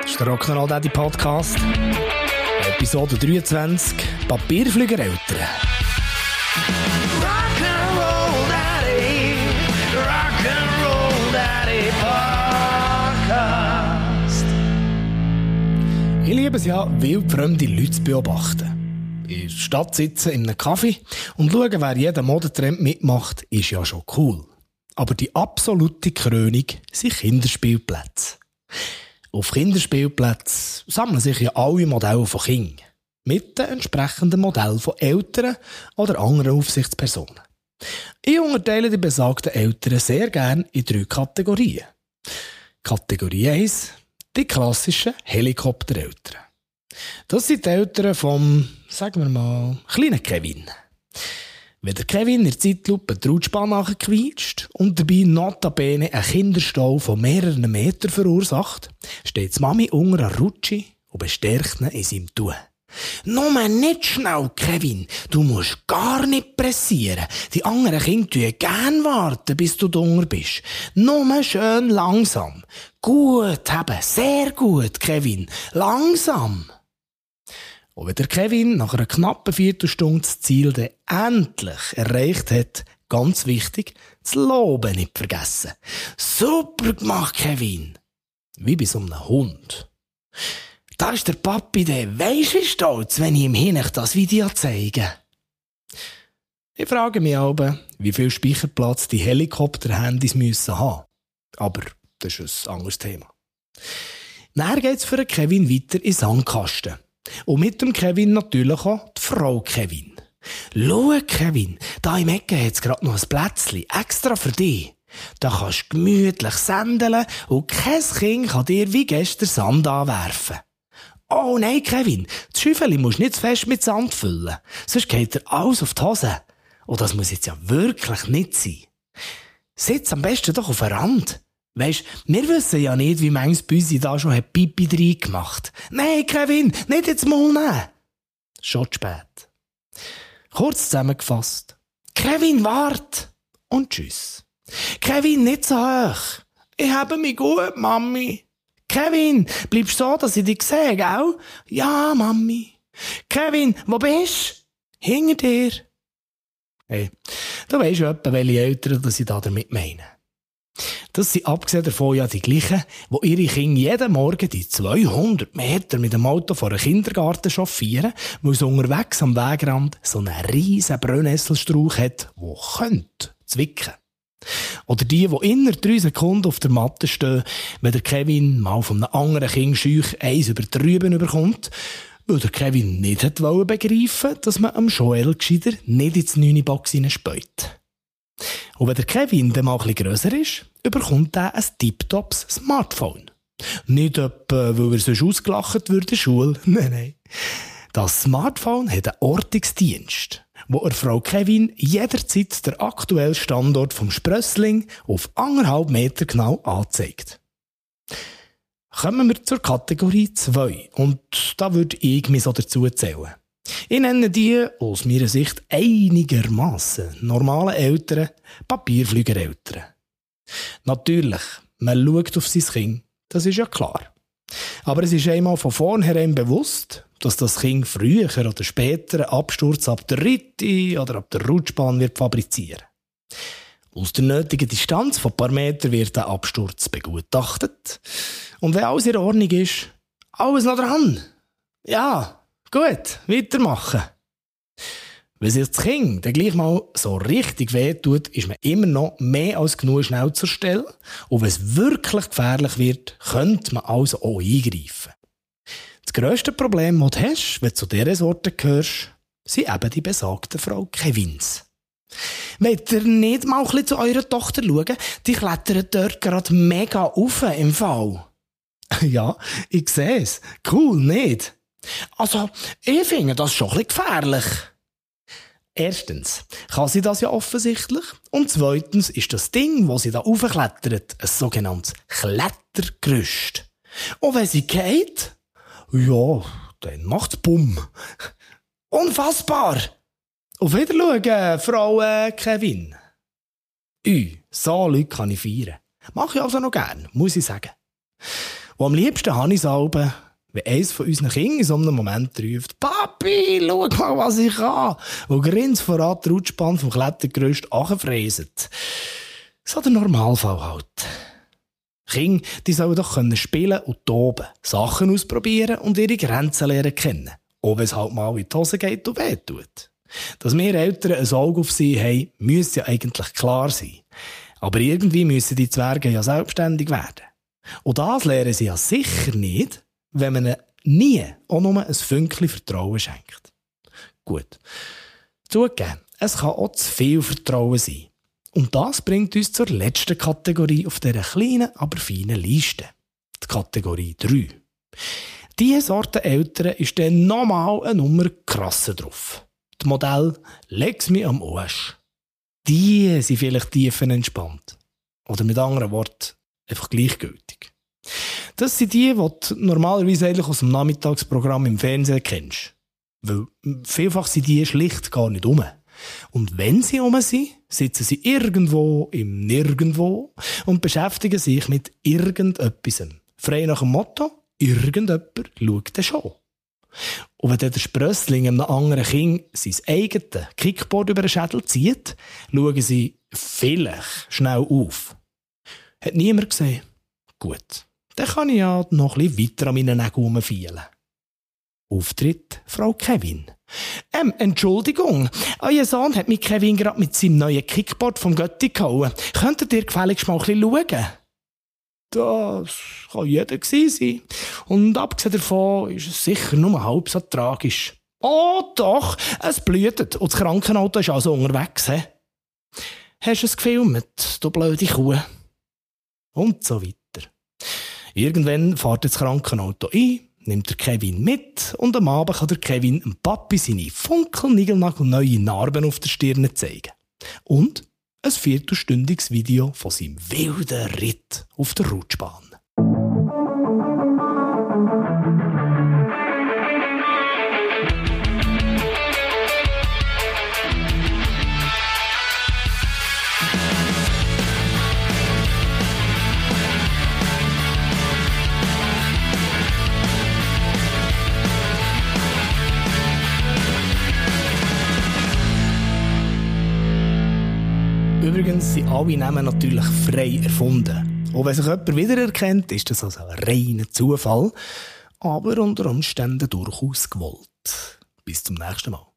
ist der Rock'n'Roll Daddy Podcast. Episode 23. Papierfliegereltern. Rock'n'Roll Daddy, Rock'n'Roll Daddy Podcast. Ich liebe es ja, wildfremde Leute zu beobachten. In der Stadt sitzen, in einem Kaffee und schauen, wer jeden Modetrend mitmacht, ist ja schon cool. Aber die absolute Krönung sind Kinderspielplätze. Auf Kinderspielplätzen sammeln sich ja alle Modelle von Kindern. Mit den entsprechenden Modellen von Eltern oder anderen Aufsichtspersonen. Ich unterteile die besagten Eltern sehr gerne in 3 Kategorien. Kategorie 1, die klassischen Helikoptereltern. Das sind die Eltern vom, sagen wir mal, kleinen Kevin. Wenn der Kevin in der Zeitlupe die Rutschbahn nachgequetscht und dabei notabene einen Kinderstau von mehreren Metern verursacht, steht die Mami unter der Rutsche und bestärkt ihn in seinem Tun. «Nur nicht schnell, Kevin. Du musst gar nicht pressieren. Die anderen Kinder tun gerne warten, bis du drunter bist. Nur schön langsam. Gut, eben, sehr gut, Kevin. Langsam.» Und wenn der Kevin nach einer knappen Viertelstunde das Ziel dann endlich erreicht hat, ganz wichtig, das Loben nicht vergessen. «Super gemacht, Kevin!» Wie bei so einem Hund. Da ist der Papi dann weisst wie stolz, wenn ich ihm hinten das Video zeige. Ich frage mich aber, wie viel Speicherplatz die Helikopter-Handys müssen haben. Aber das ist ein anderes Thema. Dann geht es für den Kevin weiter in den Sandkasten. Und mit dem Kevin natürlich auch die Frau Kevin. «Schau, Kevin, da im Ecke hat es gerade noch ein Plätzchen, extra für dich. Da kannst du gemütlich sandeln und kein Kind kann dir wie gestern Sand anwerfen.» «Oh nein, Kevin, das Schäufeli musst du nicht zu fest mit Sand füllen, sonst geht dir alles auf die Hose. Und das muss jetzt ja wirklich nicht sein. Sitz am besten doch auf den Rand. Weisst, wir wissen ja nicht, wie manches Büsi da schon hat Pipi drin gemacht. Nein, Kevin, nicht ins Maul nehmen.» Schon zu spät. Kurz zusammengefasst. «Kevin, wart!» Und tschüss. «Kevin, nicht so hoch!» «Ich habe mich gut, Mami!» «Kevin, bleibst so, dass ich dich sehe, gell?» «Ja, Mami.» «Kevin, wo bist du?» «Hinter dir.» Hey, du weisst ja etwa, welche Eltern ich da damit meine. Das sind abgesehen davon ja die gleichen, die ihre Kinder jeden Morgen die 200 Meter mit dem Auto vor einem Kindergarten chauffieren, weil es unterwegs am Wegrand so einen riesen Brennnesselstrauch hat, der könnte zwicken. Oder die innerhalb 3 Sekunden auf der Matte stehen, wenn der Kevin mal von einem anderen Kind scheuch eins über die Rüben überkommt, weil der Kevin nicht wollte begreifen, dass man am Joel gescheiter nicht ins 9-Box hineinspäut. Und wenn der Kevin dann mal ein bisschen grösser ist, überkommt er ein tiptops Smartphone. Nicht etwa, weil er sonst ausgelacht wird in der Schule. Nein. Das Smartphone hat einen Ortungsdienst, wo Frau Kevin jederzeit den aktuellen Standort vom Sprössling auf 1,5 Meter genau anzeigt. Kommen wir zur Kategorie 2. Und da würde ich mich so dazu zählen. Ich nenne die, aus meiner Sicht einigermassen normale Eltern, Papierfliegereltern. Natürlich, man schaut auf sein Kind, das ist ja klar. Aber es ist einmal von vornherein bewusst, dass das Kind früher oder später einen Absturz ab der Ritte oder ab der Rutschbahn wird fabrizieren. Aus der nötigen Distanz von ein paar Metern wird der Absturz begutachtet. Und wenn alles in Ordnung ist, alles noch dran. Ja. Gut, weitermachen. Wenn sich das Kind dann gleich mal so richtig wehtut, ist man immer noch mehr als genug schnell zur Stelle. Und wenn es wirklich gefährlich wird, könnte man also auch eingreifen. Das grösste Problem, das du hast, wenn du zu dieser Sorte gehörst, sind eben die besagten Frau Kevins. Wollt ihr nicht mal ein bisschen zu eurer Tochter schauen? Die klettert dort gerade mega rauf im Fall. Ja, ich sehe es. Cool, nicht? Also, ich finde das schon ein bisschen gefährlich. Erstens kann sie das ja offensichtlich. Und zweitens ist das Ding, wo sie da raufklettert, ein sogenanntes Klettergerüst. Und wenn sie geht, ja, dann macht's Bumm. Unfassbar! Auf Wiedersehen, Frau Kevin. So Leute kann ich feiern. Mache ich also noch gern, muss ich sagen. Und am liebsten habe ich es alle, wenn eines von unseren Kindern in so einem Moment ruft, «Papi, schau mal, was ich kann!» und grins voran die Rutschbahn vom Klettergerüst anfräset. So der Normalfall halt. Kinder, die sollen doch spielen und toben, Sachen ausprobieren und ihre Grenzen lernen kennen. Auch wenn es halt mal in die Hose geht und wehtut. Dass wir Eltern ein Auge auf sie haben, müsste ja eigentlich klar sein. Aber irgendwie müssen die Zwerge ja selbstständig werden. Und das lernen sie ja sicher nicht, wenn man ihnen nie auch nur ein Fünkchen Vertrauen schenkt. Gut. Zugegeben, es kann auch zu viel Vertrauen sein. Und das bringt uns zur letzten Kategorie auf dieser kleinen, aber feinen Liste. Die Kategorie 3. Diese Sorte Eltern ist dann nochmal eine Nummer krasser drauf. Das Modell «Leg's mir am Arsch». Die sind vielleicht tiefenentspannt. Oder mit anderen Worten, einfach gleichgültig. Das sind die du normalerweise eigentlich aus dem Nachmittagsprogramm im Fernsehen kennst. Weil vielfach sind die schlicht gar nicht rum. Und wenn sie rum sind, sitzen sie irgendwo im Nirgendwo und beschäftigen sich mit irgendetwas. Frei nach dem Motto, irgendjemand schaut dann schon. Und wenn dann der Sprössling einem anderen Kind sein eigenes Kickboard über den Schädel zieht, schauen sie vielleicht schnell auf. Hat niemand gesehen? Gut, dann kann ich ja noch ein bisschen weiter an meinen Nägeln rumfeilen. Auftritt Frau Kevin. Entschuldigung, euer Sohn hat mich Kevin gerade mit seinem neuen Kickboard vom Götti gehauen. Könntet ihr gefälligst mal ein bisschen schauen? Das kann jeder gewesen sein. Und abgesehen davon ist es sicher nur halb so tragisch. Oh doch, es blutet und das Krankenauto ist also unterwegs. He? Hast du es gefilmt, du blöde Kuh? Und so weiter. Irgendwann fährt das Krankenauto ein, nimmt der Kevin mit und am Abend kann der Kevin dem Papi seine funkelnigelnagelneue Narben auf der Stirn zeigen. Und ein 4-stündiges Video von seinem wilden Ritt auf der Rutschbahn. Übrigens sind alle Namen natürlich frei erfunden. Und wenn sich jemand wiedererkennt, ist das also ein reiner Zufall, aber unter Umständen durchaus gewollt. Bis zum nächsten Mal.